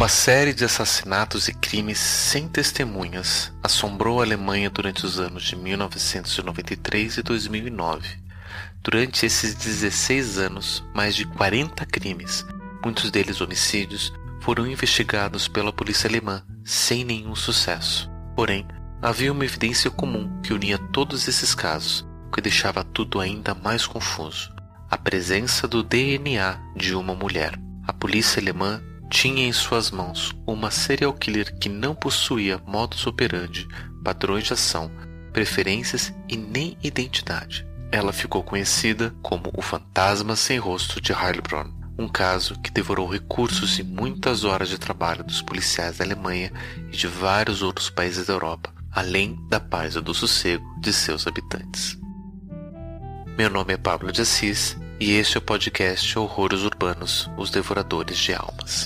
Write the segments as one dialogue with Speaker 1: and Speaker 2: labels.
Speaker 1: série de assassinatos e crimes sem testemunhas assombrou a Alemanha durante os anos de 1993 e 2009. Durante esses 16 anos, mais de 40 crimes, muitos deles homicídios, foram investigados pela polícia alemã sem nenhum sucesso. Porém, havia uma evidência comum que unia todos esses casos, o que deixava tudo ainda mais confuso: a presença do DNA de uma mulher. A polícia alemã tinha em suas mãos uma serial killer que não possuía modus operandi, padrões de ação, preferências e nem identidade. Ela ficou conhecida como o Fantasma Sem Rosto de Heilbronn, um caso que devorou recursos e muitas horas de trabalho dos policiais da Alemanha e de vários outros países da Europa, além da paz e do sossego de seus habitantes. Meu nome é Pablo de Assis e este é o podcast Horrores Urbanos, os Devoradores de Almas.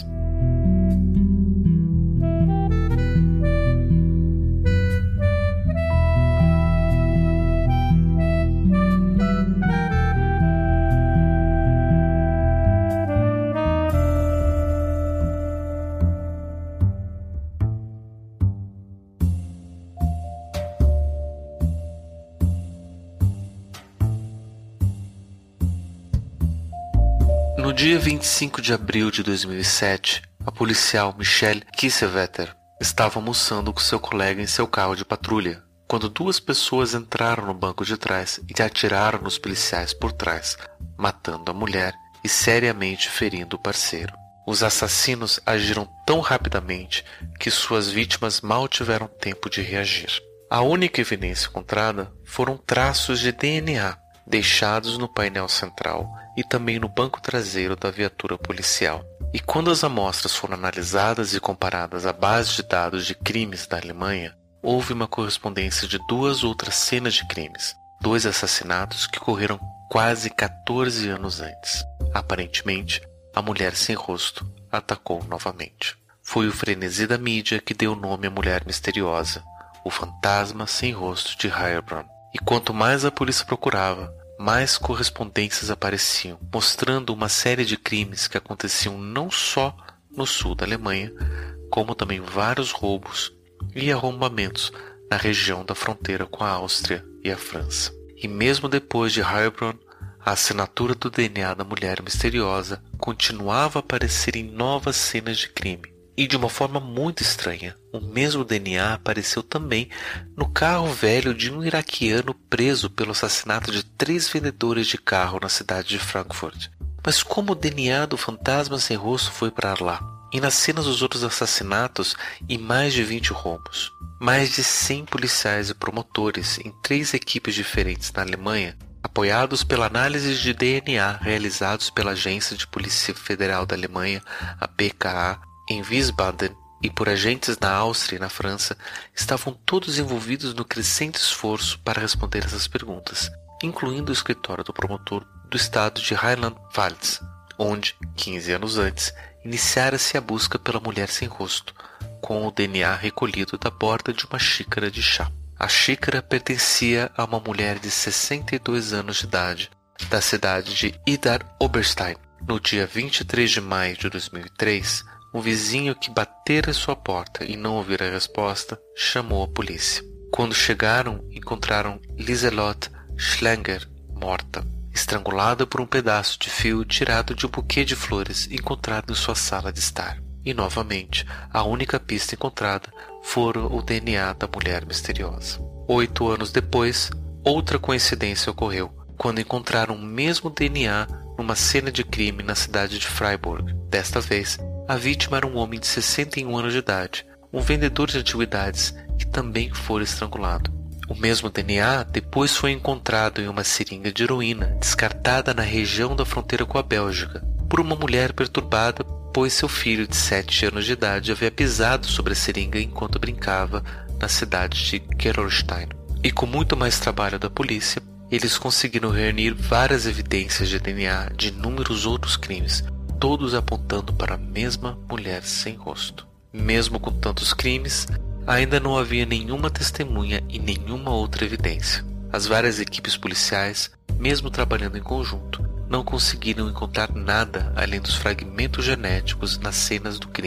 Speaker 1: No dia 25 de abril de 2007, a policial Michelle Kiesewetter estava almoçando com seu colega em seu carro de patrulha, quando duas pessoas entraram no banco de trás e atiraram nos policiais por trás, matando a mulher e seriamente ferindo o parceiro. Os assassinos agiram tão rapidamente que suas vítimas mal tiveram tempo de reagir. A única evidência encontrada foram traços de DNA deixados no painel central e também no banco traseiro da viatura policial. E quando as amostras foram analisadas e comparadas à base de dados de crimes da Alemanha, houve uma correspondência de duas outras cenas de crimes, dois assassinatos que ocorreram quase 14 anos antes. Aparentemente, a mulher sem rosto atacou novamente. Foi o frenesi da mídia que deu nome à mulher misteriosa, o Fantasma Sem Rosto de Heilbronn. E quanto mais a polícia procurava, mais correspondências apareciam, mostrando uma série de crimes que aconteciam não só no sul da Alemanha, como também vários roubos e arrombamentos na região da fronteira com a Áustria e a França. E mesmo depois de Heilbronn, a assinatura do DNA da mulher misteriosa continuava a aparecer em novas cenas de crime. E de uma forma muito estranha, o mesmo DNA apareceu também no carro velho de um iraquiano preso pelo assassinato de 3 vendedores de carro na cidade de Frankfurt. Mas como o DNA do Fantasma Sem Rosto foi para lá? E nas cenas dos outros assassinatos e mais de 20 roubos. Mais de 100 policiais e promotores em 3 equipes diferentes na Alemanha, apoiados pela análise de DNA realizados pela Agência de Polícia Federal da Alemanha, a BKA, em Wiesbaden, e por agentes na Áustria e na França, estavam todos envolvidos no crescente esforço para responder essas perguntas, incluindo o escritório do promotor do estado de Rheinland-Pfalz, onde, 15 anos antes, iniciara-se a busca pela mulher sem rosto, com o DNA recolhido da borda de uma xícara de chá. A xícara pertencia a uma mulher de 62 anos de idade, da cidade de Idar-Oberstein. No dia 23 de maio de 2003, um vizinho que batera à sua porta e não ouvira a resposta, chamou a polícia. Quando chegaram, encontraram Lieselotte Schlanger morta, estrangulada por um pedaço de fio tirado de um buquê de flores encontrado em sua sala de estar. E novamente, a única pista encontrada fora o DNA da mulher misteriosa. 8 anos depois, outra coincidência ocorreu, quando encontraram o mesmo DNA numa cena de crime na cidade de Freiburg. Desta vez, a vítima era um homem de 61 anos de idade, um vendedor de antiguidades que também fora estrangulado. O mesmo DNA depois foi encontrado em uma seringa de heroína descartada na região da fronteira com a Bélgica por uma mulher perturbada, pois seu filho de 7 anos de idade havia pisado sobre a seringa enquanto brincava na cidade de Gerolstein. E com muito mais trabalho da polícia, eles conseguiram reunir várias evidências de DNA de inúmeros outros crimes, todos apontando para a mesma mulher sem rosto. Mesmo com tantos crimes, ainda não havia nenhuma testemunha e nenhuma outra evidência. As várias equipes policiais, mesmo trabalhando em conjunto, não conseguiram encontrar nada além dos fragmentos genéticos nas cenas do crime.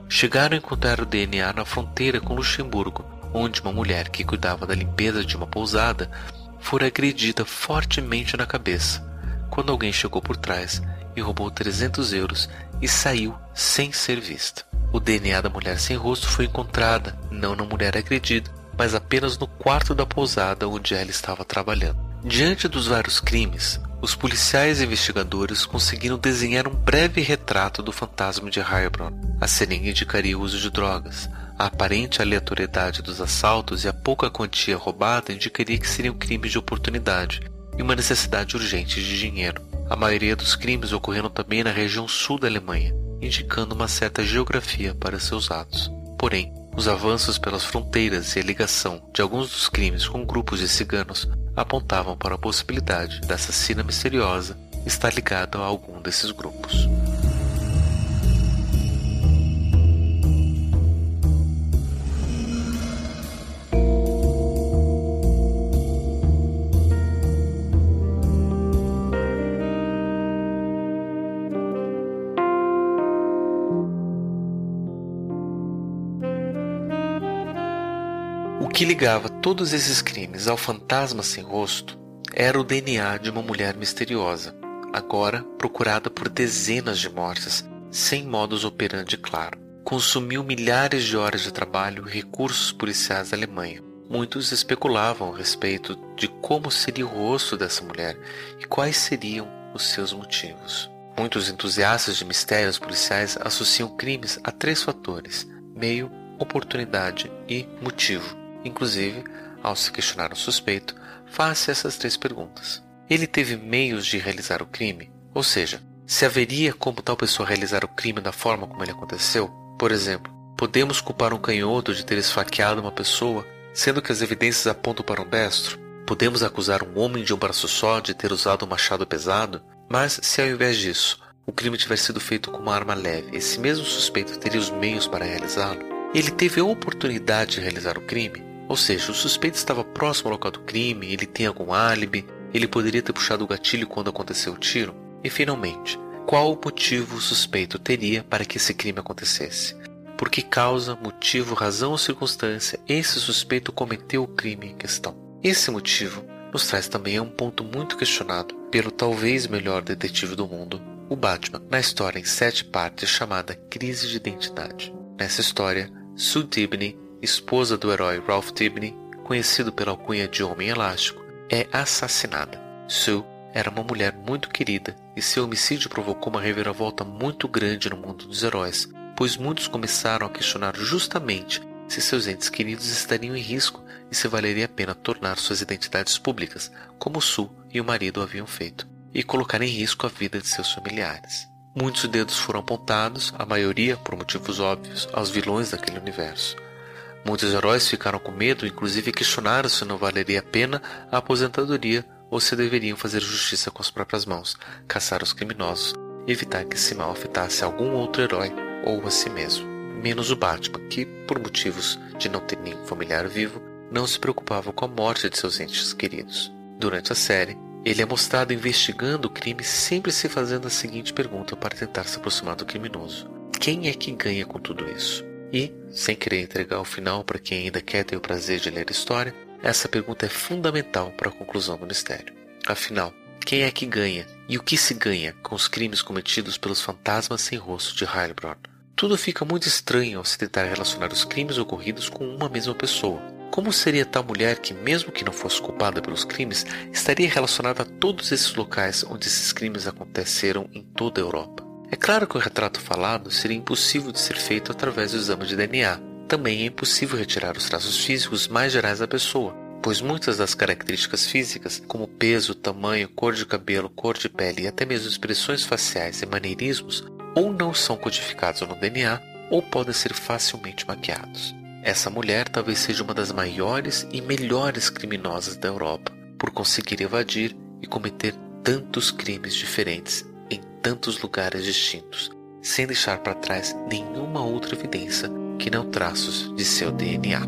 Speaker 1: chegaram a encontrar o DNA na fronteira com Luxemburgo, onde uma mulher que cuidava da limpeza de uma pousada fora agredida fortemente na cabeça, quando alguém chegou por trás e roubou 300 euros e saiu sem ser vista. O DNA da mulher sem rosto foi encontrada, não na mulher agredida, mas apenas no quarto da pousada onde ela estava trabalhando. Diante dos vários crimes, os policiais e investigadores conseguiram desenhar um breve retrato do fantasma de Heilbronn. A seringa indicaria o uso de drogas. A aparente aleatoriedade dos assaltos e a pouca quantia roubada indicaria que seriam crimes de oportunidade e uma necessidade urgente de dinheiro. A maioria dos crimes ocorreram também na região sul da Alemanha, indicando uma certa geografia para seus atos. Porém, os avanços pelas fronteiras e a ligação de alguns dos crimes com grupos de ciganos apontavam para a possibilidade da assassina misteriosa estar ligada a algum desses grupos. O que ligava todos esses crimes ao fantasma sem rosto era o DNA de uma mulher misteriosa, agora procurada por dezenas de mortes, sem modus operandi claro. Consumiu milhares de horas de trabalho e recursos policiais da Alemanha. Muitos especulavam a respeito de como seria o rosto dessa mulher e quais seriam os seus motivos. Muitos entusiastas de mistérios policiais associam crimes a 3 fatores: meio, oportunidade e motivo. Inclusive, ao se questionar o suspeito, faça essas 3 perguntas. Ele teve meios de realizar o crime? Ou seja, se haveria como tal pessoa realizar o crime da forma como ele aconteceu? Por exemplo, podemos culpar um canhoto de ter esfaqueado uma pessoa, sendo que as evidências apontam para um destro? Podemos acusar um homem de um braço só de ter usado um machado pesado? Mas se ao invés disso, o crime tivesse sido feito com uma arma leve, esse mesmo suspeito teria os meios para realizá-lo? Ele teve a oportunidade de realizar o crime? Ou seja, o suspeito estava próximo ao local do crime, ele tem algum álibi, ele poderia ter puxado o gatilho quando aconteceu o tiro? E finalmente, qual o motivo o suspeito teria para que esse crime acontecesse? Por que causa, motivo, razão ou circunstância esse suspeito cometeu o crime em questão? Esse motivo nos traz também a um ponto muito questionado pelo talvez melhor detetive do mundo, o Batman, na história em 7 partes chamada Crise de Identidade. Nessa história, Sue Dibney, esposa do herói Ralph Dibney, conhecido pela alcunha de Homem Elástico, é assassinada. Sue era uma mulher muito querida e seu homicídio provocou uma reviravolta muito grande no mundo dos heróis, pois muitos começaram a questionar justamente se seus entes queridos estariam em risco e se valeria a pena tornar suas identidades públicas, como Sue e o marido haviam feito, e colocar em risco a vida de seus familiares. Muitos dedos foram apontados, a maioria, por motivos óbvios, aos vilões daquele universo. Muitos heróis ficaram com medo, inclusive questionaram se não valeria a pena a aposentadoria ou se deveriam fazer justiça com as próprias mãos, caçar os criminosos e evitar que esse mal afetasse algum outro herói ou a si mesmo. Menos o Batman, que, por motivos de não ter nenhum familiar vivo, não se preocupava com a morte de seus entes queridos. Durante a série, ele é mostrado investigando o crime, sempre se fazendo a seguinte pergunta para tentar se aproximar do criminoso: quem é que ganha com tudo isso? E, sem querer entregar o final para quem ainda quer ter o prazer de ler a história, essa pergunta é fundamental para a conclusão do mistério. Afinal, quem é que ganha e o que se ganha com os crimes cometidos pelos fantasmas sem rosto de Heilbronn? Tudo fica muito estranho ao se tentar relacionar os crimes ocorridos com uma mesma pessoa. Como seria tal mulher que, mesmo que não fosse culpada pelos crimes, estaria relacionada a todos esses locais onde esses crimes aconteceram em toda a Europa? É claro que o retrato falado seria impossível de ser feito através do exame de DNA. Também é impossível retirar os traços físicos mais gerais da pessoa, pois muitas das características físicas, como peso, tamanho, cor de cabelo, cor de pele e até mesmo expressões faciais e maneirismos, ou não são codificados no DNA, ou podem ser facilmente maquiados. Essa mulher talvez seja uma das maiores e melhores criminosas da Europa, por conseguir evadir e cometer tantos crimes diferentes em tantos lugares distintos, sem deixar para trás nenhuma outra evidência que não traços de seu DNA.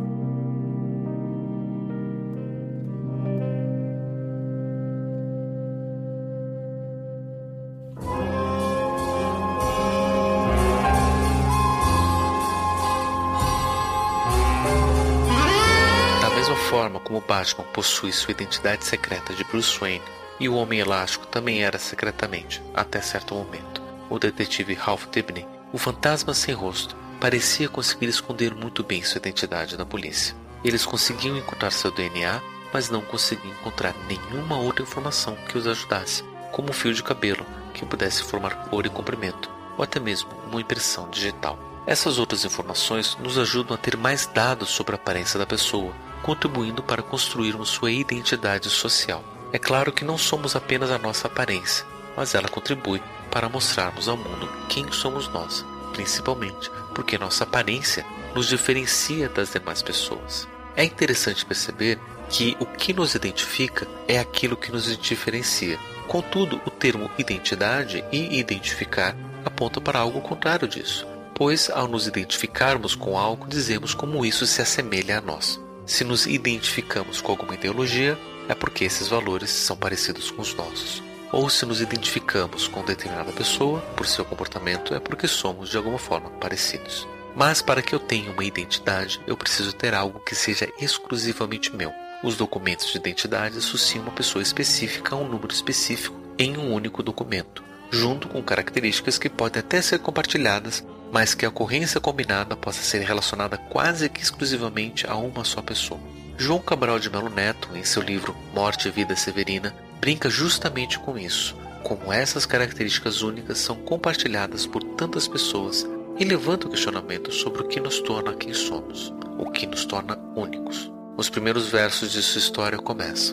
Speaker 1: forma como Batman possui sua identidade secreta de Bruce Wayne e o Homem Elástico também era secretamente, até certo momento, o detetive Ralph Dibny, o fantasma sem rosto parecia conseguir esconder muito bem sua identidade da polícia. Eles conseguiam encontrar seu DNA, mas não conseguiam encontrar nenhuma outra informação que os ajudasse, como um fio de cabelo que pudesse formar cor e comprimento, ou até mesmo uma impressão digital. Essas outras informações nos ajudam a ter mais dados sobre a aparência da pessoa, contribuindo para construirmos sua identidade social. É claro que não somos apenas a nossa aparência, mas ela contribui para mostrarmos ao mundo quem somos nós, principalmente porque nossa aparência nos diferencia das demais pessoas. É interessante perceber que o que nos identifica é aquilo que nos diferencia. Contudo, o termo identidade e identificar aponta para algo contrário disso, pois ao nos identificarmos com algo, dizemos como isso se assemelha a nós. Se nos identificamos com alguma ideologia, é porque esses valores são parecidos com os nossos. Ou se nos identificamos com determinada pessoa, por seu comportamento, é porque somos de alguma forma parecidos. Mas para que eu tenha uma identidade, eu preciso ter algo que seja exclusivamente meu. Os documentos de identidade associam uma pessoa específica a um número específico em um único documento, junto com características que podem até ser compartilhadas, mas que a ocorrência combinada possa ser relacionada quase que exclusivamente a uma só pessoa. João Cabral de Melo Neto, em seu livro Morte e Vida Severina, brinca justamente com isso, como essas características únicas são compartilhadas por tantas pessoas e levanta o questionamento sobre o que nos torna quem somos, o que nos torna únicos. Os primeiros versos de sua história começam: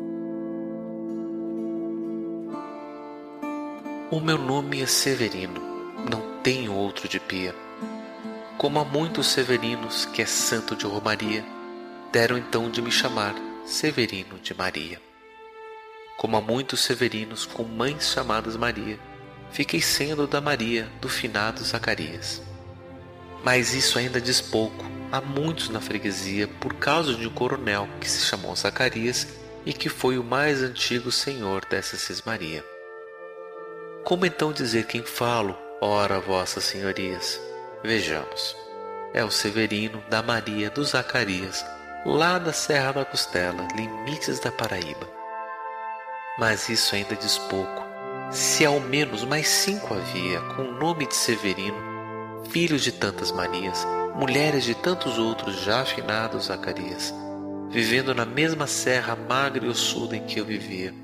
Speaker 1: O meu nome é Severino, não tenho outro de pia. Como há muitos Severinos que é santo de Romaria, deram então de me chamar Severino de Maria. Como há muitos Severinos com mães chamadas Maria, fiquei sendo da Maria do finado Zacarias. Mas isso ainda diz pouco. Há muitos na freguesia por causa de um coronel que se chamou Zacarias e que foi o mais antigo senhor dessa cismaria. Como então dizer quem falo, ora vossas senhorias? Vejamos, é o Severino da Maria do Zacarias, lá da Serra da Costela, limites da Paraíba. Mas isso ainda diz pouco. Se ao menos mais 5 havia, com o nome de Severino, filhos de tantas Marias, mulheres de tantos outros já afinados Zacarias, vivendo na mesma serra magra e ossuda em que eu vivia.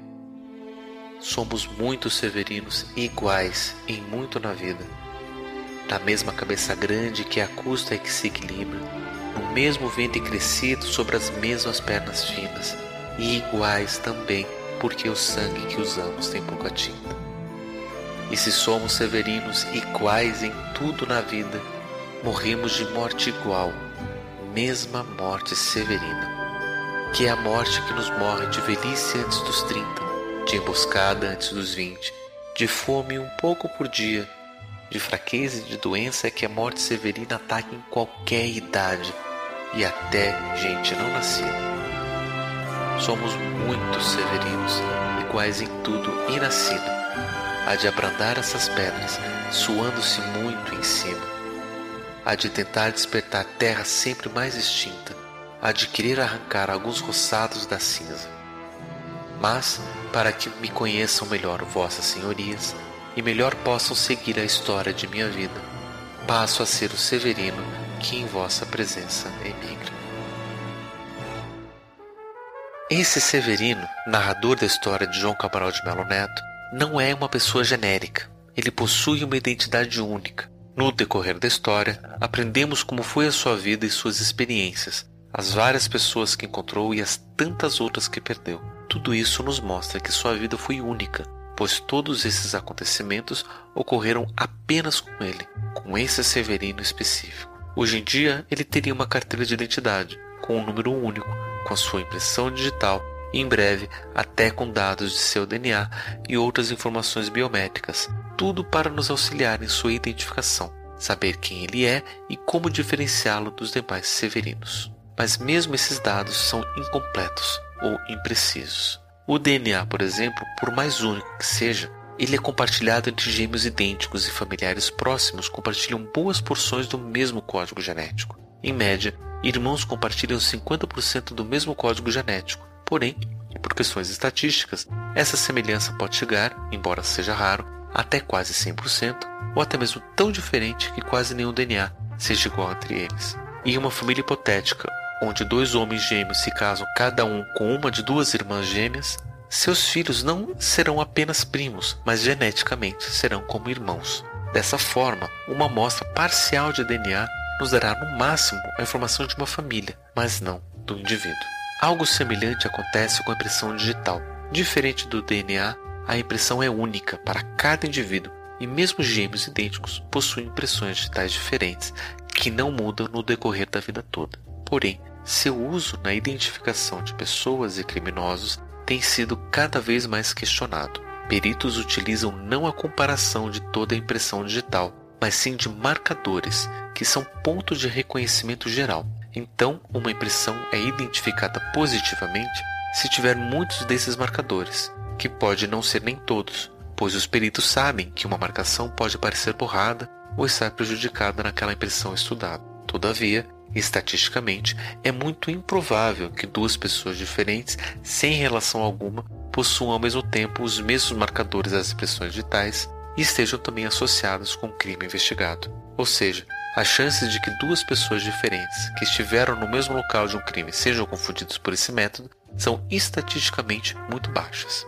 Speaker 1: Somos muitos Severinos iguais em muito na vida, na mesma cabeça grande que acusta e que se equilibra, no mesmo ventre crescido sobre as mesmas pernas finas, e iguais também porque o sangue que usamos tem pouca tinta. E se somos Severinos iguais em tudo na vida, morremos de morte igual, mesma morte severina, que é a morte que nos morre de velhice antes dos 30, de emboscada antes dos 20, de fome um pouco por dia, de fraqueza e de doença é que a morte severina ataca em qualquer idade e até gente não nascida. Somos muitos Severinos, iguais em tudo e nascido. Há de abrandar essas pedras, suando-se muito em cima. Há de tentar despertar a terra sempre mais extinta. Há de querer arrancar alguns roçados da cinza. Mas, para que me conheçam melhor vossas senhorias, e melhor possam seguir a história de minha vida, passo a ser o Severino que em vossa presença emigra. Esse Severino, narrador da história de João Cabral de Melo Neto, não é uma pessoa genérica. Ele possui uma identidade única. No decorrer da história, aprendemos como foi a sua vida e suas experiências, as várias pessoas que encontrou e as tantas outras que perdeu. Tudo isso nos mostra que sua vida foi única, pois todos esses acontecimentos ocorreram apenas com ele, com esse Severino específico. Hoje em dia, ele teria uma carteira de identidade, com um número único, com a sua impressão digital, e em breve até com dados de seu DNA e outras informações biométricas, tudo para nos auxiliar em sua identificação, saber quem ele é e como diferenciá-lo dos demais Severinos. Mas mesmo esses dados são incompletos ou imprecisos. O DNA, por exemplo, por mais único que seja, ele é compartilhado entre gêmeos idênticos e familiares próximos compartilham boas porções do mesmo código genético. Em média, Irmãos compartilham 50% do mesmo código genético. Porém, por questões estatísticas, essa semelhança pode chegar, embora seja raro, até quase 100%, ou até mesmo tão diferente que quase nenhum DNA seja igual entre eles. Em uma família hipotética, onde 2 homens gêmeos se casam cada um com uma de 2 irmãs gêmeas, seus filhos não serão apenas primos, mas geneticamente serão como irmãos. Dessa forma, uma amostra parcial de DNA nos dará no máximo a informação de uma família, mas não do indivíduo. Algo semelhante acontece com a impressão digital. Diferente do DNA, a impressão é única para cada indivíduo e mesmo gêmeos idênticos possuem impressões digitais diferentes que não mudam no decorrer da vida toda. Porém, seu uso na identificação de pessoas e criminosos tem sido cada vez mais questionado. Peritos utilizam não a comparação de toda a impressão digital, mas sim de marcadores, que são pontos de reconhecimento geral. Então, uma impressão é identificada positivamente se tiver muitos desses marcadores, que pode não ser nem todos, pois os peritos sabem que uma marcação pode parecer borrada ou estar prejudicada naquela impressão estudada. Todavia, estatisticamente, é muito improvável que 2 pessoas diferentes, sem relação alguma, possuam ao mesmo tempo os mesmos marcadores das impressões digitais e estejam também associadas com o crime investigado. Ou seja, as chances de que 2 pessoas diferentes que estiveram no mesmo local de um crime sejam confundidas por esse método são estatisticamente muito baixas,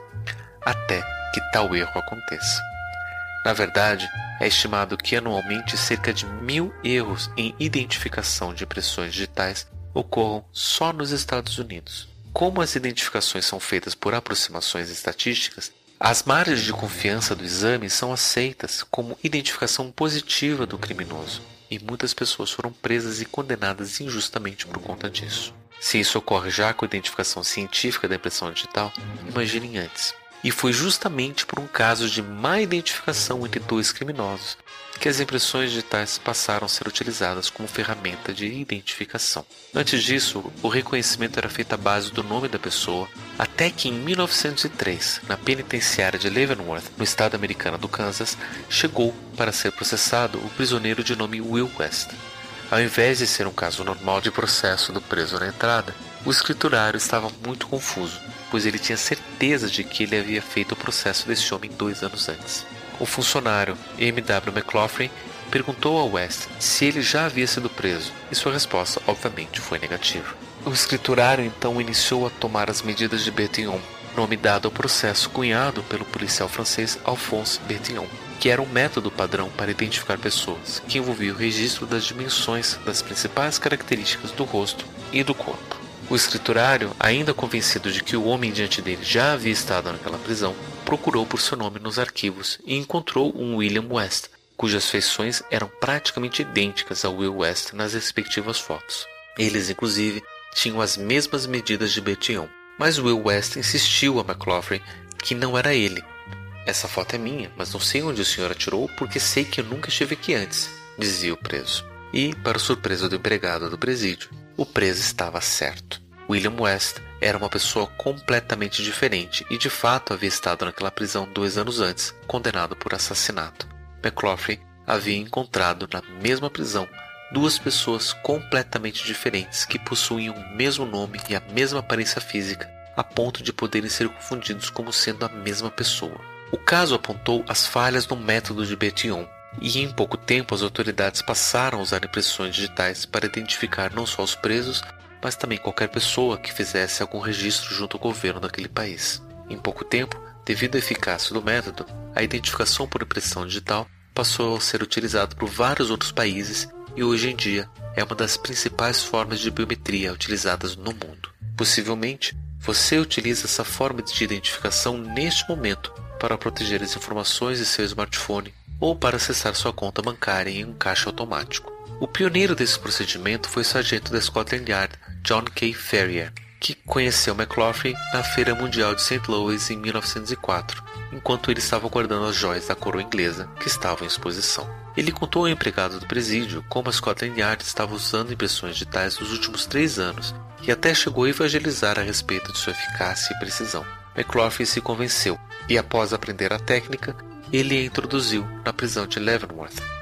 Speaker 1: até que tal erro aconteça. Na verdade, é estimado que anualmente cerca de 1.000 erros em identificação de impressões digitais ocorram só nos Estados Unidos. Como as identificações são feitas por aproximações estatísticas, as margens de confiança do exame são aceitas como identificação positiva do criminoso, e muitas pessoas foram presas e condenadas injustamente por conta disso. Se isso ocorre já com a identificação científica da impressão digital, imaginem antes. E foi justamente por um caso de má identificação entre 2 criminosos que as impressões digitais passaram a ser utilizadas como ferramenta de identificação. Antes disso, o reconhecimento era feito à base do nome da pessoa, até que em 1903, na penitenciária de Leavenworth, no estado americano do Kansas, chegou para ser processado o prisioneiro de nome Will West. Ao invés de ser um caso normal de processo do preso na entrada, o escriturário estava muito confuso, pois ele tinha certeza de que ele havia feito o processo desse homem 2 anos antes. O funcionário M.W. McLaughlin perguntou a West se ele já havia sido preso, e sua resposta, obviamente, foi negativa. O escriturário então iniciou a tomar as medidas de Bertillon, nome dado ao processo cunhado pelo policial francês Alphonse Bertillon, que era um método padrão para identificar pessoas, que envolvia o registro das dimensões das principais características do rosto e do corpo. O escriturário, ainda convencido de que o homem diante dele já havia estado naquela prisão, procurou por seu nome nos arquivos e encontrou um William West, cujas feições eram praticamente idênticas ao Will West nas respectivas fotos. Eles, inclusive, tinham as mesmas medidas de Bertillon, mas Will West insistiu a McLaughlin que não era ele. "Essa foto é minha, mas não sei onde o senhor atirou porque sei que eu nunca estive aqui antes", dizia o preso. E, para surpresa do empregado do presídio, o preso estava certo. William West era uma pessoa completamente diferente e de fato havia estado naquela prisão 2 anos antes, condenado por assassinato. McLaughlin havia encontrado na mesma prisão 2 pessoas completamente diferentes que possuíam o mesmo nome e a mesma aparência física, a ponto de poderem ser confundidos como sendo a mesma pessoa. O caso apontou as falhas no método de Bertillon, e em pouco tempo as autoridades passaram a usar impressões digitais para identificar não só os presos, mas também qualquer pessoa que fizesse algum registro junto ao governo daquele país. Em pouco tempo, devido à eficácia do método, a identificação por impressão digital passou a ser utilizada por vários outros países e hoje em dia é uma das principais formas de biometria utilizadas no mundo. Possivelmente, você utiliza essa forma de identificação neste momento para proteger as informações de seu smartphone ou para acessar sua conta bancária em um caixa automático. O pioneiro desse procedimento foi o sargento da Scotland Yard, John K. Ferrier, que conheceu McLaughlin na Feira Mundial de St. Louis em 1904, enquanto ele estava guardando as joias da coroa inglesa que estavam em exposição. Ele contou ao empregado do presídio como a Scotland Yard estava usando impressões digitais nos últimos 3 anos e até chegou a evangelizar a respeito de sua eficácia e precisão. McLaughlin se convenceu e, após aprender a técnica, ele a introduziu na prisão de Leavenworth.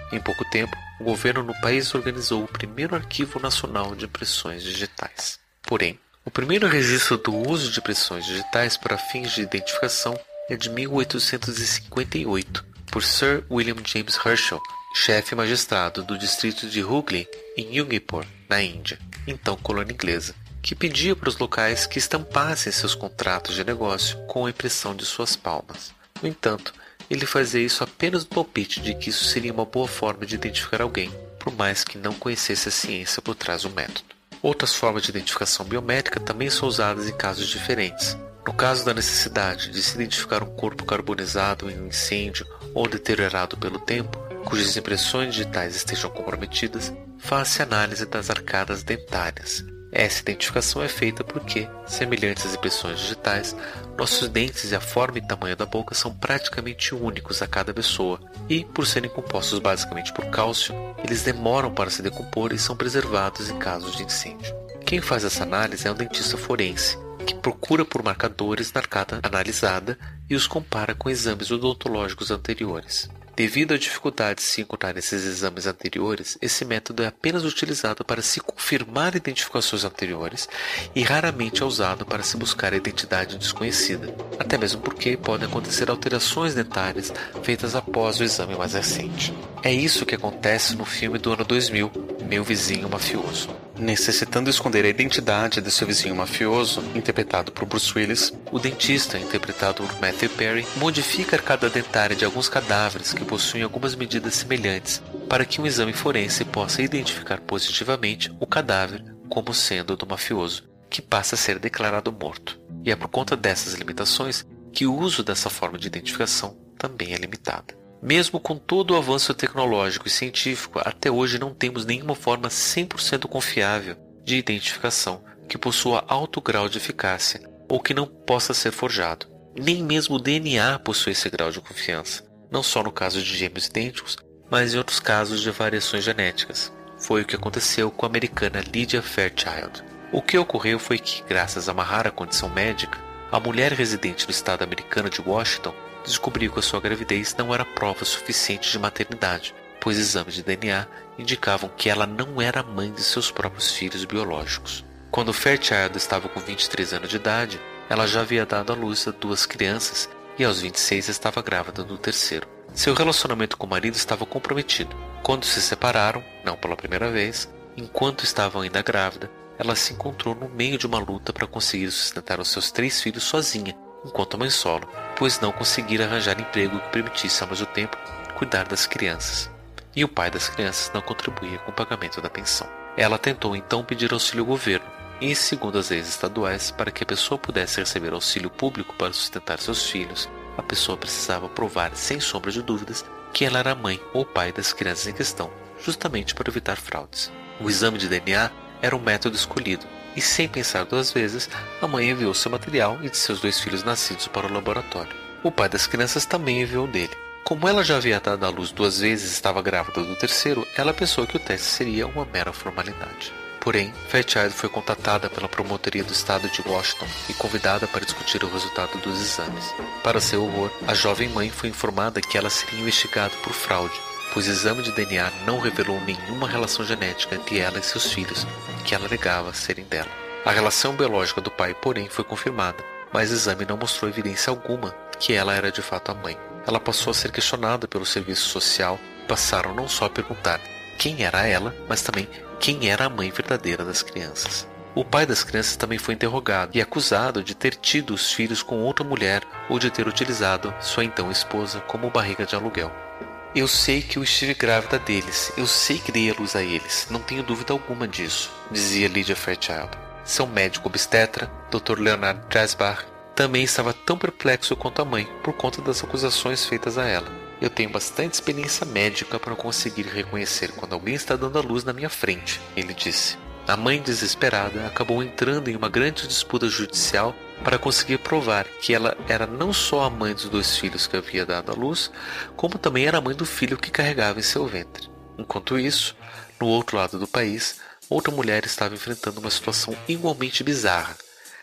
Speaker 1: Em pouco tempo, o governo no país organizou o primeiro arquivo nacional de impressões digitais. Porém, o primeiro registro do uso de impressões digitais para fins de identificação é de 1858, por Sir William James Herschel, chefe magistrado do distrito de Hooghly, em Udaipur, na Índia, então colônia inglesa, que pedia para os locais que estampassem seus contratos de negócio com a impressão de suas palmas. No entanto, ele fazia isso apenas no palpite de que isso seria uma boa forma de identificar alguém, por mais que não conhecesse a ciência por trás do método. Outras formas de identificação biométrica também são usadas em casos diferentes. No caso da necessidade de se identificar um corpo carbonizado em um incêndio ou deteriorado pelo tempo, cujas impressões digitais estejam comprometidas, faz-se análise das arcadas dentárias. Essa identificação é feita porque, semelhantes às impressões digitais, nossos dentes e a forma e tamanho da boca são praticamente únicos a cada pessoa e, por serem compostos basicamente por cálcio, eles demoram para se decompor e são preservados em casos de incêndio. Quem faz essa análise é um dentista forense, que procura por marcadores na arcada analisada e os compara com exames odontológicos anteriores. Devido à dificuldade de se encontrar esses exames anteriores, esse método é apenas utilizado para se confirmar identificações anteriores e raramente é usado para se buscar a identidade desconhecida, até mesmo porque podem acontecer alterações dentárias feitas após o exame mais recente. É isso que acontece no filme do ano 2000, Meu Vizinho Mafioso. Necessitando esconder a identidade de seu vizinho mafioso, interpretado por Bruce Willis, o dentista, interpretado por Matthew Perry, modifica a arcada dentária de alguns cadáveres que possuem algumas medidas semelhantes para que um exame forense possa identificar positivamente o cadáver como sendo do mafioso, que passa a ser declarado morto. E é por conta dessas limitações que o uso dessa forma de identificação também é limitado. Mesmo com todo o avanço tecnológico e científico, até hoje não temos nenhuma forma 100% confiável de identificação que possua alto grau de eficácia ou que não possa ser forjado. Nem mesmo o DNA possui esse grau de confiança, não só no caso de gêmeos idênticos, mas em outros casos de variações genéticas. Foi o que aconteceu com a americana Lydia Fairchild. O que ocorreu foi que, graças a uma rara condição médica, a mulher residente no estado americano de Washington descobriu que a sua gravidez não era prova suficiente de maternidade, pois exames de DNA indicavam que ela não era mãe de seus próprios filhos biológicos. Quando Fairchild estava com 23 anos de idade, ela já havia dado à luz a 2 crianças e aos 26 estava grávida do terceiro. Seu relacionamento com o marido estava comprometido. Quando se separaram, não pela primeira vez, enquanto estavam ainda grávida, ela se encontrou no meio de uma luta para conseguir sustentar os seus 3 filhos sozinha, enquanto mãe solo, pois não conseguira arranjar emprego que permitisse ao mesmo tempo cuidar das crianças. E o pai das crianças não contribuía com o pagamento da pensão. Ela tentou então pedir auxílio ao governo, e segundo as leis estaduais, para que a pessoa pudesse receber auxílio público para sustentar seus filhos, a pessoa precisava provar, sem sombra de dúvidas, que ela era a mãe ou pai das crianças em questão, justamente para evitar fraudes. O exame de DNA era o método escolhido, e sem pensar 2 vezes, a mãe enviou seu material e de seus 2 filhos nascidos para o laboratório. O pai das crianças também enviou dele. Como ela já havia dado à luz 2 vezes e estava grávida do terceiro, ela pensou que o teste seria uma mera formalidade. Porém, Fairchild foi contatada pela promotoria do estado de Washington e convidada para discutir o resultado dos exames. Para seu horror, a jovem mãe foi informada que ela seria investigada por fraude, pois o exame de DNA não revelou nenhuma relação genética entre ela e seus filhos, que ela alegava serem dela. A relação biológica do pai, porém, foi confirmada, mas o exame não mostrou evidência alguma que ela era de fato a mãe. Ela passou a ser questionada pelo serviço social e passaram não só a perguntar quem era ela, mas também quem era a mãe verdadeira das crianças. O pai das crianças também foi interrogado e acusado de ter tido os filhos com outra mulher ou de ter utilizado sua então esposa como barriga de aluguel. Eu sei que eu estive grávida deles, eu sei que dei a luz a eles, não tenho dúvida alguma disso, dizia Lydia Fairchild. Seu médico obstetra, Dr. Leonard Dresbach, também estava tão perplexo quanto a mãe, por conta das acusações feitas a ela. Eu tenho bastante experiência médica para conseguir reconhecer quando alguém está dando à luz na minha frente, ele disse. A mãe, desesperada, acabou entrando em uma grande disputa judicial para conseguir provar que ela era não só a mãe dos 2 filhos que havia dado à luz, como também era a mãe do filho que carregava em seu ventre. Enquanto isso, no outro lado do país, outra mulher estava enfrentando uma situação igualmente bizarra.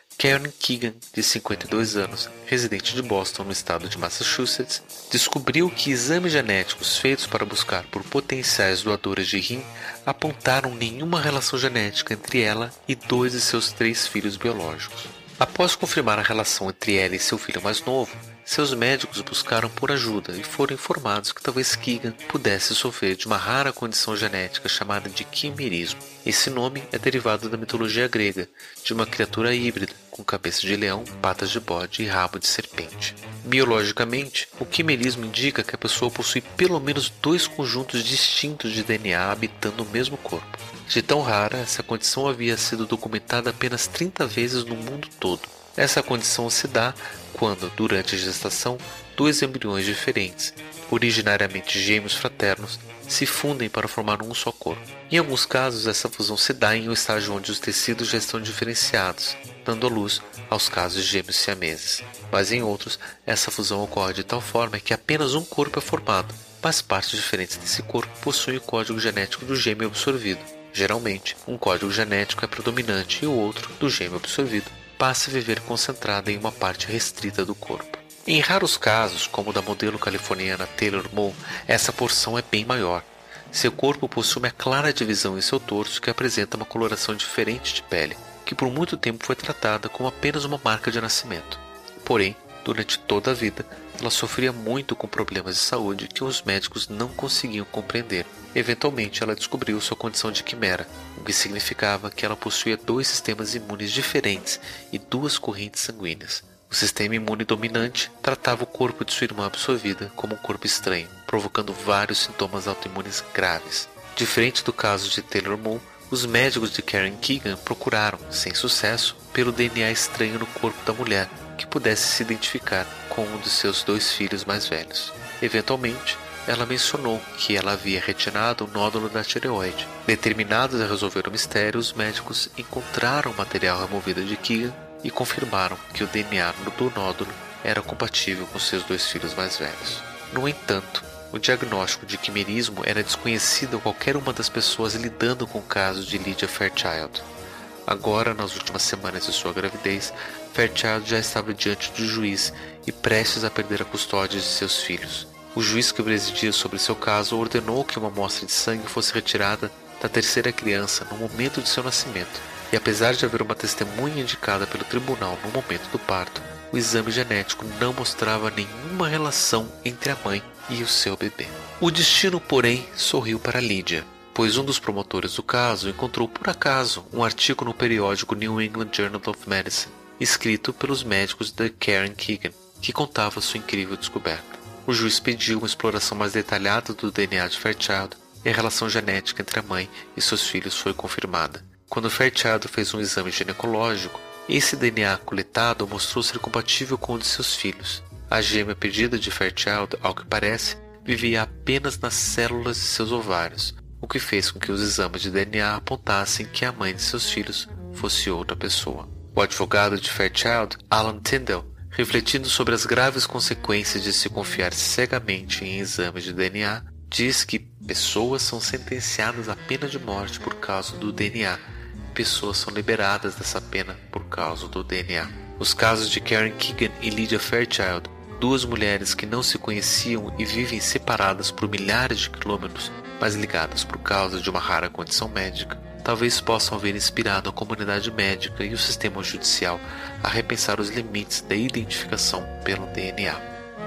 Speaker 1: Karen Keegan, de 52 anos, residente de Boston, no estado de Massachusetts, descobriu que exames genéticos feitos para buscar por potenciais doadores de rim apontaram nenhuma relação genética entre ela e 2 de seus 3 filhos biológicos. Após confirmar a relação entre ela e seu filho mais novo, seus médicos buscaram por ajuda e foram informados que talvez Keegan pudesse sofrer de uma rara condição genética chamada de quimerismo. Esse nome é derivado da mitologia grega, de uma criatura híbrida, com cabeça de leão, patas de bode e rabo de serpente. Biologicamente, o quimerismo indica que a pessoa possui pelo menos 2 conjuntos distintos de DNA habitando o mesmo corpo. De tão rara, essa condição havia sido documentada apenas 30 vezes no mundo todo. Essa condição se dá quando, durante a gestação, 2 embriões diferentes, originariamente gêmeos fraternos, se fundem para formar um só corpo. Em alguns casos, essa fusão se dá em um estágio onde os tecidos já estão diferenciados, dando à luz aos casos de gêmeos siameses. Mas em outros, essa fusão ocorre de tal forma que apenas um corpo é formado, mas partes diferentes desse corpo possuem o código genético do gêmeo absorvido. Geralmente, um código genético é predominante e o outro, do gêmeo absorvido, passa a viver concentrada em uma parte restrita do corpo. Em raros casos, como o da modelo californiana Taylor Moon, essa porção é bem maior. Seu corpo possui uma clara divisão em seu torso que apresenta uma coloração diferente de pele, que por muito tempo foi tratada como apenas uma marca de nascimento. Porém, durante toda a vida, ela sofria muito com problemas de saúde que os médicos não conseguiam compreender. Eventualmente, ela descobriu sua condição de quimera, o que significava que ela possuía 2 sistemas imunes diferentes e 2 correntes sanguíneas. O sistema imune dominante tratava o corpo de sua irmã absorvida como um corpo estranho, provocando vários sintomas autoimunes graves. Diferente do caso de Taylor Moon, os médicos de Karen Keegan procuraram, sem sucesso, pelo DNA estranho no corpo da mulher, que pudesse se identificar com um de seus 2 filhos mais velhos. Eventualmente, ela mencionou que ela havia retinado o nódulo da tireoide. Determinados a resolver o mistério, os médicos encontraram o material removido de Keegan e confirmaram que o DNA do nódulo era compatível com seus 2 filhos mais velhos. No entanto, o diagnóstico de quimerismo era desconhecido a qualquer uma das pessoas lidando com o caso de Lydia Fairchild. Agora, nas últimas semanas de sua gravidez, Fairchild já estava diante do juiz e prestes a perder a custódia de seus filhos. O juiz que presidia sobre seu caso ordenou que uma amostra de sangue fosse retirada da terceira criança no momento de seu nascimento, e apesar de haver uma testemunha indicada pelo tribunal no momento do parto, o exame genético não mostrava nenhuma relação entre a mãe e o seu bebê. O destino, porém, sorriu para Lydia, pois um dos promotores do caso encontrou por acaso um artigo no periódico New England Journal of Medicine, escrito pelos médicos de Karen Keegan, que contava sua incrível descoberta. O juiz pediu uma exploração mais detalhada do DNA de Fairchild e a relação genética entre a mãe e seus filhos foi confirmada. Quando Fairchild fez um exame ginecológico, esse DNA coletado mostrou ser compatível com o de seus filhos. A gêmea perdida de Fairchild, ao que parece, vivia apenas nas células de seus ovários, o que fez com que os exames de DNA apontassem que a mãe de seus filhos fosse outra pessoa. O advogado de Fairchild, Alan Tyndall, refletindo sobre as graves consequências de se confiar cegamente em exames de DNA, diz que pessoas são sentenciadas à pena de morte por causa do DNA. Pessoas são liberadas dessa pena por causa do DNA. Os casos de Karen Keegan e Lydia Fairchild, 2 mulheres que não se conheciam e vivem separadas por milhares de quilômetros, mas ligadas por causa de uma rara condição médica, talvez possam haver inspirado a comunidade médica e o sistema judicial a repensar os limites da identificação pelo DNA.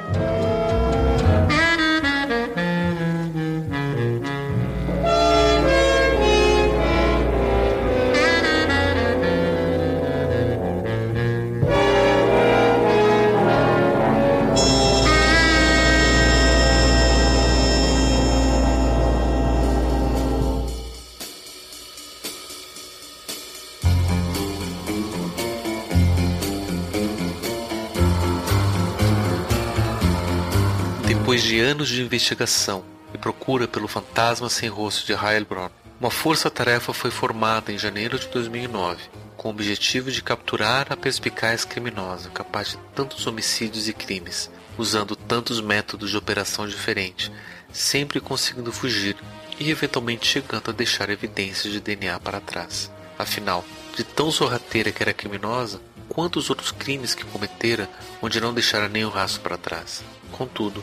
Speaker 1: Depois de anos de investigação e procura pelo fantasma sem rosto de Heilbronn, uma força-tarefa foi formada em janeiro de 2009, com o objetivo de capturar a perspicaz criminosa capaz de tantos homicídios e crimes, usando tantos métodos de operação diferentes, sempre conseguindo fugir e eventualmente chegando a deixar evidências de DNA para trás. Afinal, de tão sorrateira que era a criminosa, quantos outros crimes que cometera, onde não deixara nenhum rastro para trás. Contudo,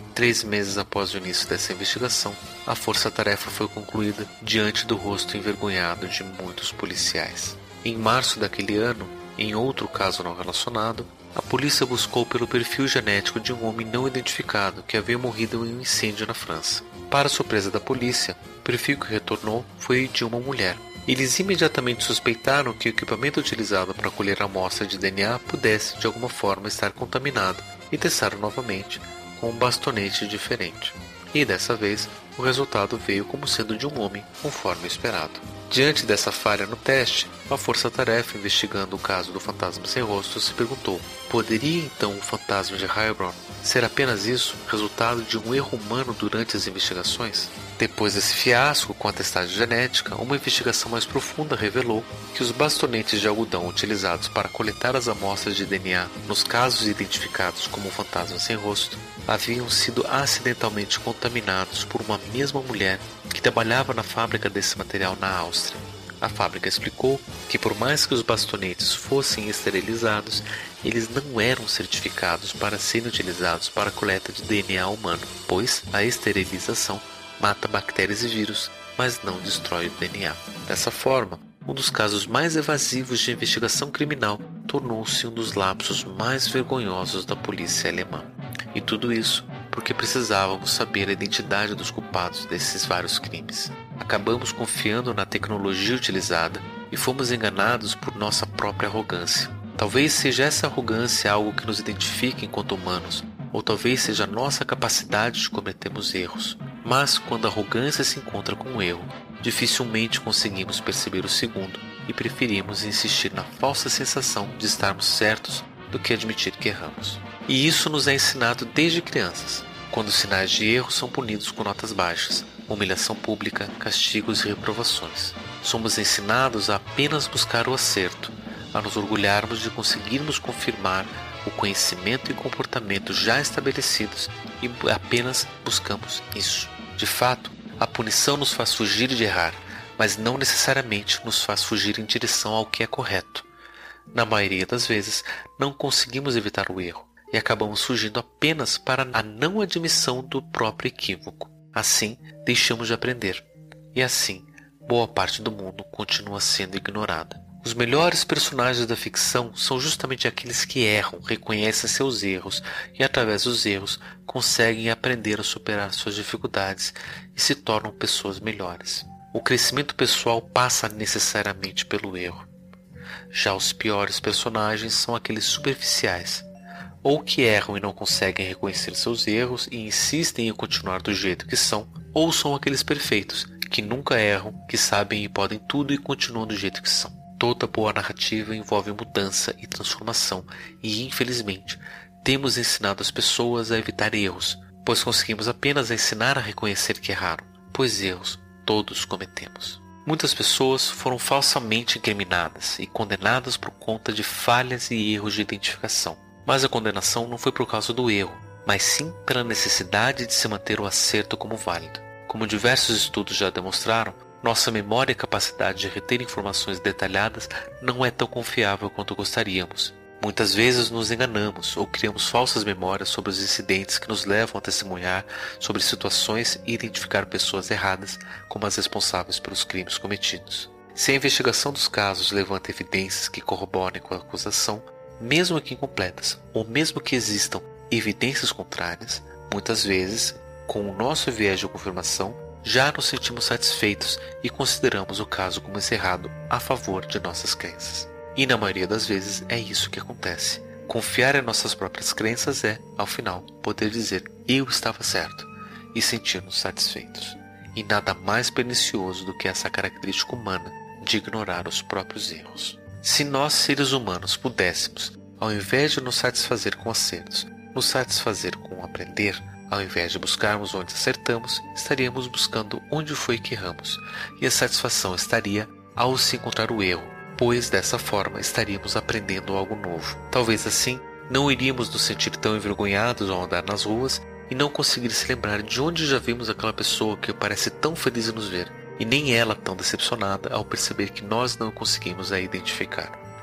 Speaker 1: 3 meses após o início dessa investigação, a força-tarefa foi concluída diante do rosto envergonhado de muitos policiais. Em março daquele ano, em outro caso não relacionado, a polícia buscou pelo perfil genético de um homem não identificado que havia morrido em um incêndio na França. Para surpresa da polícia, o perfil que retornou foi de uma mulher. Eles imediatamente suspeitaram que o equipamento utilizado para colher a amostra de DNA pudesse de alguma forma estar contaminado e testaram novamente com um bastonete diferente. E dessa vez, o resultado veio como sendo de um homem, conforme esperado. Diante dessa falha no teste, a força-tarefa investigando o caso do fantasma sem rosto se perguntou: poderia então o fantasma de Heilbronn ser apenas isso, resultado de um erro humano durante as investigações? Depois desse fiasco com a testagem genética, uma investigação mais profunda revelou que os bastonetes de algodão utilizados para coletar as amostras de DNA nos casos identificados como o fantasma sem rosto haviam sido acidentalmente contaminados por uma mesma mulher que trabalhava na fábrica desse material na Áustria. A fábrica explicou que por mais que os bastonetes fossem esterilizados, eles não eram certificados para serem utilizados para a coleta de DNA humano, pois a esterilização mata bactérias e vírus, mas não destrói o DNA. Dessa forma, um dos casos mais evasivos de investigação criminal tornou-se um dos lapsos mais vergonhosos da polícia alemã. E tudo isso porque precisávamos saber a identidade dos culpados desses vários crimes. Acabamos confiando na tecnologia utilizada e fomos enganados por nossa própria arrogância. Talvez seja essa arrogância algo que nos identifique enquanto humanos, ou talvez seja a nossa capacidade de cometermos erros. Mas quando a arrogância se encontra com o erro, dificilmente conseguimos perceber o segundo e preferimos insistir na falsa sensação de estarmos certos do que admitir que erramos. E isso nos é ensinado desde crianças, quando os sinais de erro são punidos com notas baixas, humilhação pública, castigos e reprovações. Somos ensinados a apenas buscar o acerto, a nos orgulharmos de conseguirmos confirmar o conhecimento e comportamento já estabelecidos e apenas buscamos isso. De fato, a punição nos faz fugir de errar, mas não necessariamente nos faz fugir em direção ao que é correto. Na maioria das vezes, não conseguimos evitar o erro e acabamos fugindo apenas para a não admissão do próprio equívoco. Assim, deixamos de aprender. E assim, boa parte do mundo continua sendo ignorada. Os melhores personagens da ficção são justamente aqueles que erram, reconhecem seus erros e, através dos erros, conseguem aprender a superar suas dificuldades e se tornam pessoas melhores. O crescimento pessoal passa necessariamente pelo erro. Já os piores personagens são aqueles superficiais, ou que erram e não conseguem reconhecer seus erros e insistem em continuar do jeito que são, ou são aqueles perfeitos, que nunca erram, que sabem e podem tudo e continuam do jeito que são. Toda boa narrativa envolve mudança e transformação e, infelizmente, temos ensinado as pessoas a evitar erros, pois conseguimos apenas ensinar a reconhecer que erraram, pois erros todos cometemos. Muitas pessoas foram falsamente incriminadas e condenadas por conta de falhas e erros de identificação. Mas a condenação não foi por causa do erro, mas sim pela necessidade de se manter o acerto como válido. Como diversos estudos já demonstraram, nossa memória e capacidade de reter informações detalhadas não é tão confiável quanto gostaríamos. Muitas vezes nos enganamos ou criamos falsas memórias sobre os incidentes que nos levam a testemunhar sobre situações e identificar pessoas erradas como as responsáveis pelos crimes cometidos. Se a investigação dos casos levanta evidências que corroborem com a acusação, mesmo que incompletas, ou mesmo que existam evidências contrárias, muitas vezes, com o nosso viés de confirmação, já nos sentimos satisfeitos e consideramos o caso como encerrado a favor de nossas crenças. E na maioria das vezes é isso que acontece. Confiar em nossas próprias crenças é, ao final, poder dizer eu estava certo e sentir-nos satisfeitos. E nada mais pernicioso do que essa característica humana de ignorar os próprios erros. Se nós, seres humanos, pudéssemos, ao invés de nos satisfazer com acertos, nos satisfazer com aprender, ao invés de buscarmos onde acertamos, estaríamos buscando onde foi que erramos, e a satisfação estaria ao se encontrar o erro, pois dessa forma estaríamos aprendendo algo novo. Talvez assim, não iríamos nos sentir tão envergonhados ao andar nas ruas e não conseguir se lembrar de onde já vimos aquela pessoa que parece tão feliz em nos ver, e nem ela tão decepcionada ao perceber que nós não conseguimos a identificar.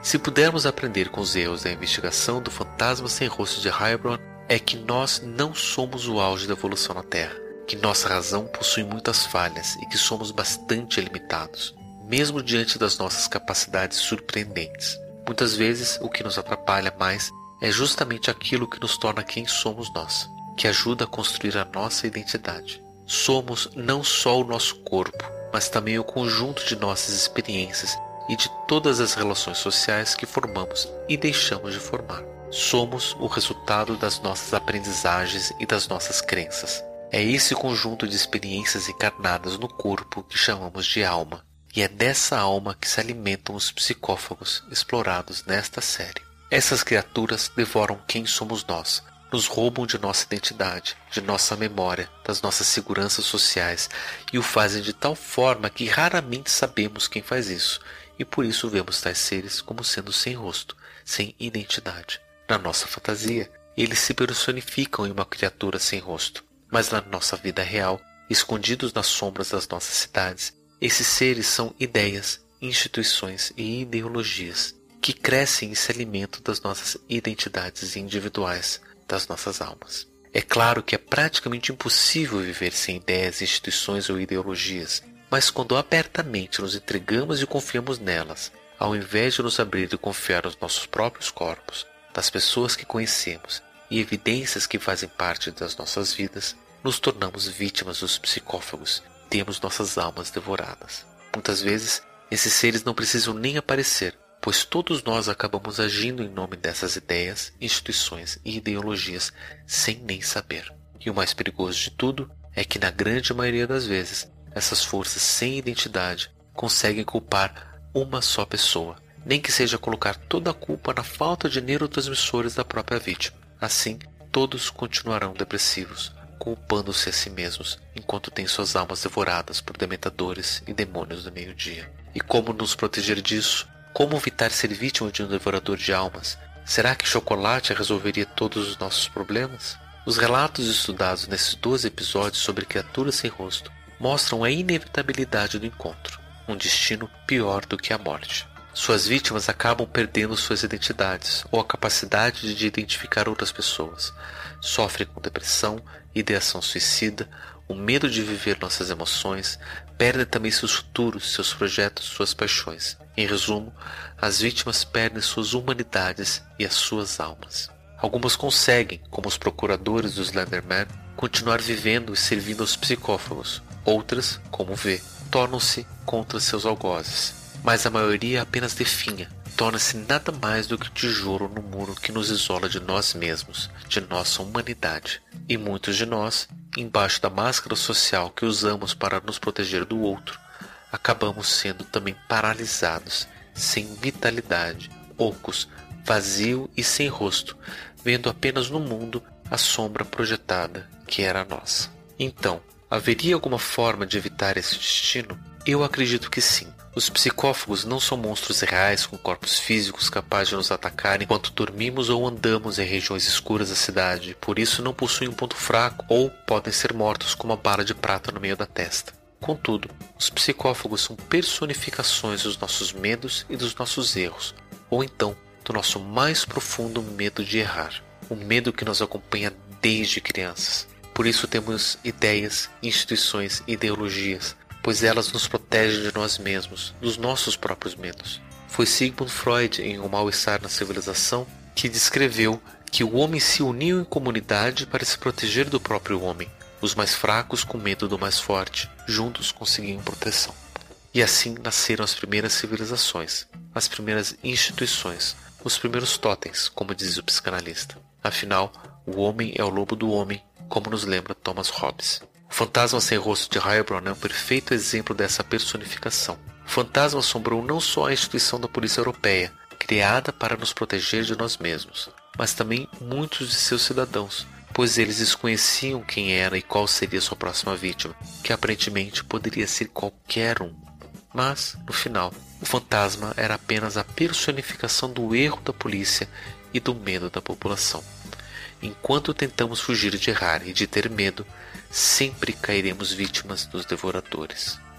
Speaker 1: Se pudermos aprender com os erros da investigação do fantasma sem rosto de Heilbronn, é que nós não somos o auge da evolução na Terra, que nossa razão possui muitas falhas e que somos bastante limitados, mesmo diante das nossas capacidades surpreendentes. Muitas vezes o que nos atrapalha mais é justamente aquilo que nos torna quem somos nós, que ajuda a construir a nossa identidade. Somos não só o nosso corpo, mas também o conjunto de nossas experiências e de todas as relações sociais que formamos e deixamos de formar. Somos o resultado das nossas aprendizagens e das nossas crenças. É esse conjunto de experiências encarnadas no corpo que chamamos de alma, e é dessa alma que se alimentam os psicófagos explorados nesta série. Essas criaturas devoram quem somos nós, nos roubam de nossa identidade, de nossa memória, das nossas seguranças sociais e o fazem de tal forma que raramente sabemos quem faz isso, e por isso vemos tais seres como sendo sem rosto, sem identidade. Na nossa fantasia, eles se personificam em uma criatura sem rosto, mas na nossa vida real, escondidos nas sombras das nossas cidades, esses seres são ideias, instituições e ideologias que crescem e se alimentam das nossas identidades individuais, das nossas almas. É claro que é praticamente impossível viver sem ideias, instituições ou ideologias, mas quando abertamente nos entregamos e confiamos nelas, ao invés de nos abrir e confiar nos nossos próprios corpos, das pessoas que conhecemos e evidências que fazem parte das nossas vidas, nos tornamos vítimas dos psicófagos, temos nossas almas devoradas. Muitas vezes, esses seres não precisam nem aparecer, pois todos nós acabamos agindo em nome dessas ideias, instituições e ideologias sem nem saber. E o mais perigoso de tudo é que, na grande maioria das vezes, essas forças sem identidade conseguem culpar uma só pessoa, nem que seja colocar toda a culpa na falta de neurotransmissores da própria vítima. Assim, todos continuarão depressivos, culpando-se a si mesmos, enquanto têm suas almas devoradas por dementadores e demônios do meio-dia. E como nos proteger disso? Como evitar ser vítima de um devorador de almas? Será que chocolate resolveria todos os nossos problemas? Os relatos estudados nesses 12 episódios sobre criaturas sem rosto mostram a inevitabilidade do encontro, um destino pior do que a morte. Suas vítimas acabam perdendo suas identidades ou a capacidade de identificar outras pessoas. Sofrem com depressão, ideação suicida, o medo de viver nossas emoções, perdem também seus futuros, seus projetos, suas paixões. Em resumo, as vítimas perdem suas humanidades e as suas almas. Algumas conseguem, como os procuradores do Slenderman, continuar vivendo e servindo aos psicófagos. Outras, como V, tornam-se contra seus algozes. Mas a maioria apenas definha, torna-se nada mais do que tijolo no muro que nos isola de nós mesmos, de nossa humanidade. E muitos de nós, embaixo da máscara social que usamos para nos proteger do outro, acabamos sendo também paralisados, sem vitalidade, ocos, vazio e sem rosto, vendo apenas no mundo a sombra projetada que era a nossa. Então, haveria alguma forma de evitar esse destino? Eu acredito que sim. Os psicófagos não são monstros reais com corpos físicos capazes de nos atacar enquanto dormimos ou andamos em regiões escuras da cidade, por isso não possuem um ponto fraco ou podem ser mortos com uma bala de prata no meio da testa. Contudo, os psicófagos são personificações dos nossos medos e dos nossos erros, ou então do nosso mais profundo medo de errar, o medo que nos acompanha desde crianças. Por isso temos ideias, instituições e ideologias, pois elas nos protegem de nós mesmos, dos nossos próprios medos. Foi Sigmund Freud, em O Mal-Estar na Civilização, que descreveu que o homem se uniu em comunidade para se proteger do próprio homem. Os mais fracos com medo do mais forte, juntos conseguiam proteção. E assim nasceram as primeiras civilizações, as primeiras instituições, os primeiros totens, como diz o psicanalista. Afinal, o homem é o lobo do homem, como nos lembra Thomas Hobbes. O fantasma sem rosto de Heilbronn é um perfeito exemplo dessa personificação. O fantasma assombrou não só a instituição da polícia europeia, criada para nos proteger de nós mesmos, mas também muitos de seus cidadãos, pois eles desconheciam quem era e qual seria sua próxima vítima, que aparentemente poderia ser qualquer um. Mas, no final, o fantasma era apenas a personificação do erro da polícia e do medo da população. Enquanto tentamos fugir de errar e de ter medo, sempre cairemos vítimas dos devoradores.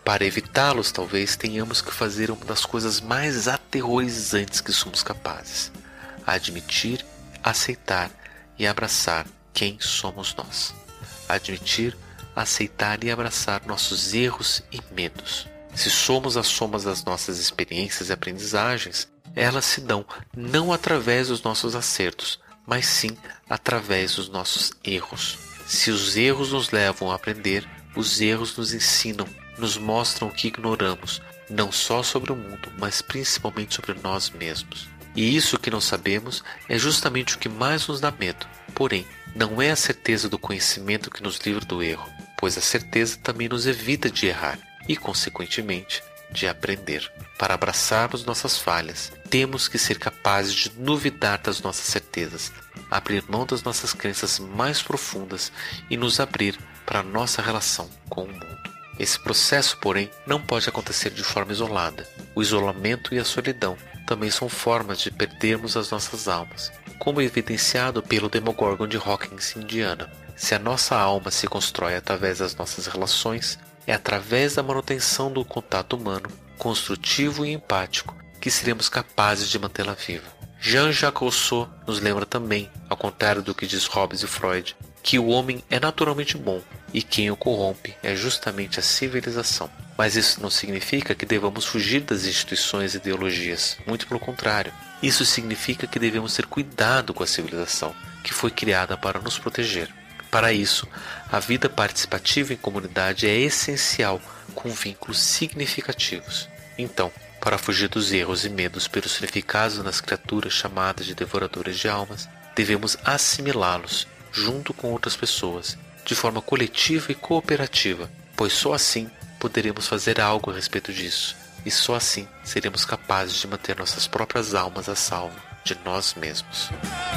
Speaker 1: Para evitá-los, talvez tenhamos que fazer uma das coisas mais aterrorizantes que somos capazes: admitir, aceitar e abraçar quem somos nós. Admitir, aceitar e abraçar nossos erros e medos. Se somos a soma das nossas experiências e aprendizagens, elas se dão não através dos nossos acertos, mas sim através dos nossos erros. Se os erros nos levam a aprender, os erros nos ensinam, nos mostram o que ignoramos, não só sobre o mundo, mas principalmente sobre nós mesmos. E isso que não sabemos é justamente o que mais nos dá medo. Porém, não é a certeza do conhecimento que nos livra do erro, pois a certeza também nos evita de errar e, consequentemente, de aprender. Para abraçarmos nossas falhas, temos que ser capazes de duvidar das nossas certezas, abrir mão das nossas crenças mais profundas e nos abrir para a nossa relação com o mundo. Esse processo, porém, não pode acontecer de forma isolada. O isolamento e a solidão também são formas de perdermos as nossas almas, como evidenciado pelo Demogorgon de Hawkins, Indiana. Se a nossa alma se constrói através das nossas relações, é através da manutenção do contato humano, construtivo e empático, que seremos capazes de mantê-la viva. Jean-Jacques Rousseau nos lembra também, ao contrário do que diz Hobbes e Freud, que o homem é naturalmente bom e quem o corrompe é justamente a civilização. Mas isso não significa que devamos fugir das instituições e ideologias, muito pelo contrário. Isso significa que devemos ter cuidado com a civilização, que foi criada para nos proteger. Para isso, a vida participativa em comunidade é essencial, com vínculos significativos. Então, para fugir dos erros e medos personificados nas criaturas chamadas de devoradores de almas, devemos assimilá-los, junto com outras pessoas, de forma coletiva e cooperativa, pois só assim poderemos fazer algo a respeito disso, e só assim seremos capazes de manter nossas próprias almas a salvo de nós mesmos.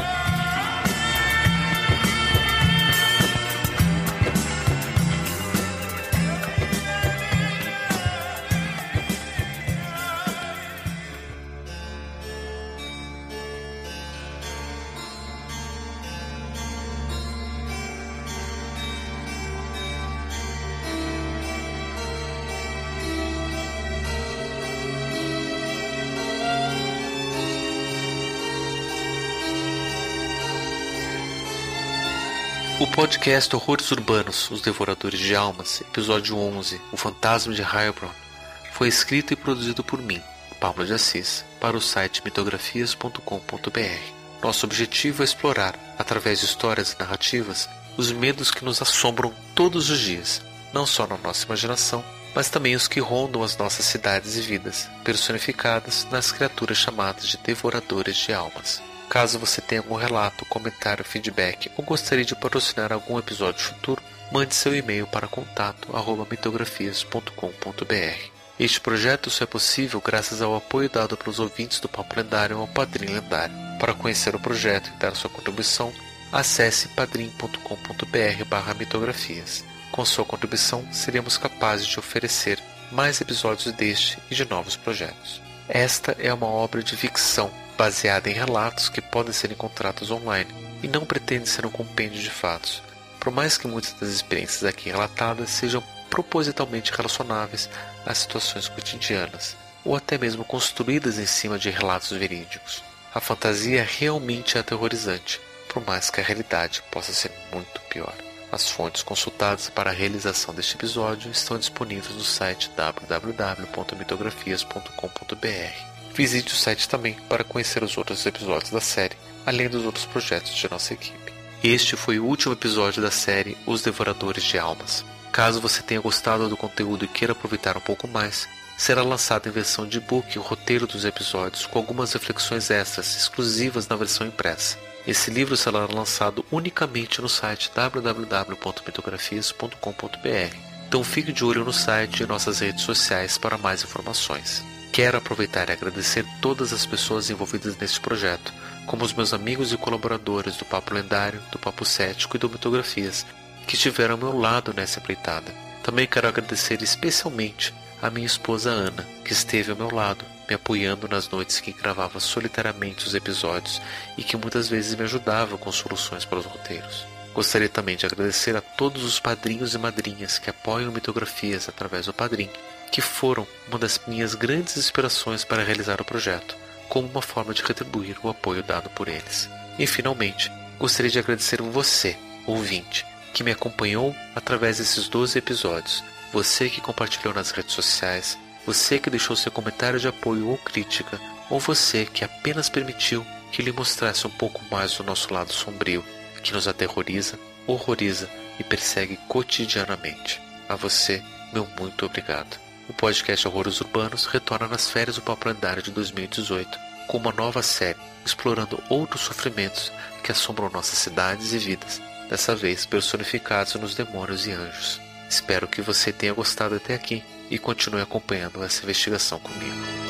Speaker 1: O podcast Horrores Urbanos, Os Devoradores de Almas, episódio 11, O Fantasma de Heilbronn, foi escrito e produzido por mim, Pablo de Assis, para o site mitografias.com.br. Nosso objetivo é explorar, através de histórias e narrativas, os medos que nos assombram todos os dias, não só na nossa imaginação, mas também os que rondam as nossas cidades e vidas, personificadas nas criaturas chamadas de devoradores de almas. Caso você tenha algum relato, comentário, feedback ou gostaria de patrocinar algum episódio futuro, mande seu e-mail para contato@mitografias.com.br. Este projeto só é possível graças ao apoio dado pelos ouvintes do Papo Lendário ao Padrim Lendário. Para conhecer o projeto e dar sua contribuição, acesse padrim.com.br/mitografias. Com sua contribuição, seremos capazes de oferecer mais episódios deste e de novos projetos. Esta é uma obra de ficção baseada em relatos que podem ser encontrados online e não pretende ser um compêndio de fatos, por mais que muitas das experiências aqui relatadas sejam propositalmente relacionáveis às situações cotidianas, ou até mesmo construídas em cima de relatos verídicos. A fantasia realmente é aterrorizante, por mais que a realidade possa ser muito pior. As fontes consultadas para a realização deste episódio estão disponíveis no site www.mitografias.com.br. Visite o site também para conhecer os outros episódios da série, além dos outros projetos de nossa equipe. Este foi o último episódio da série Os Devoradores de Almas. Caso você tenha gostado do conteúdo e queira aproveitar um pouco mais, será lançado em versão de e-book o roteiro dos episódios com algumas reflexões extras exclusivas na versão impressa. Esse livro será lançado unicamente no site www.mitografias.com.br. Então fique de olho no site e nossas redes sociais para mais informações. Quero aproveitar e agradecer todas as pessoas envolvidas neste projeto, como os meus amigos e colaboradores do Papo Lendário, do Papo Cético e do Mitografias, que estiveram ao meu lado nessa empreitada. Também quero agradecer especialmente a minha esposa Ana, que esteve ao meu lado, me apoiando nas noites que gravava solitariamente os episódios e que muitas vezes me ajudava com soluções para os roteiros. Gostaria também de agradecer a todos os padrinhos e madrinhas que apoiam Mitografias através do Padrim, que foram uma das minhas grandes inspirações para realizar o projeto, como uma forma de retribuir o apoio dado por eles. E finalmente, gostaria de agradecer você, ouvinte, que me acompanhou através desses 12 episódios, você que compartilhou nas redes sociais, você que deixou seu comentário de apoio ou crítica, ou você que apenas permitiu que lhe mostrasse um pouco mais do nosso lado sombrio, que nos aterroriza, horroriza e persegue cotidianamente. A você, meu muito obrigado. O podcast Horrores Urbanos retorna nas férias do Papo Lendário de 2018 com uma nova série, explorando outros sofrimentos que assombram nossas cidades e vidas, dessa vez personificados nos demônios e anjos. Espero que você tenha gostado até aqui e continue acompanhando essa investigação comigo.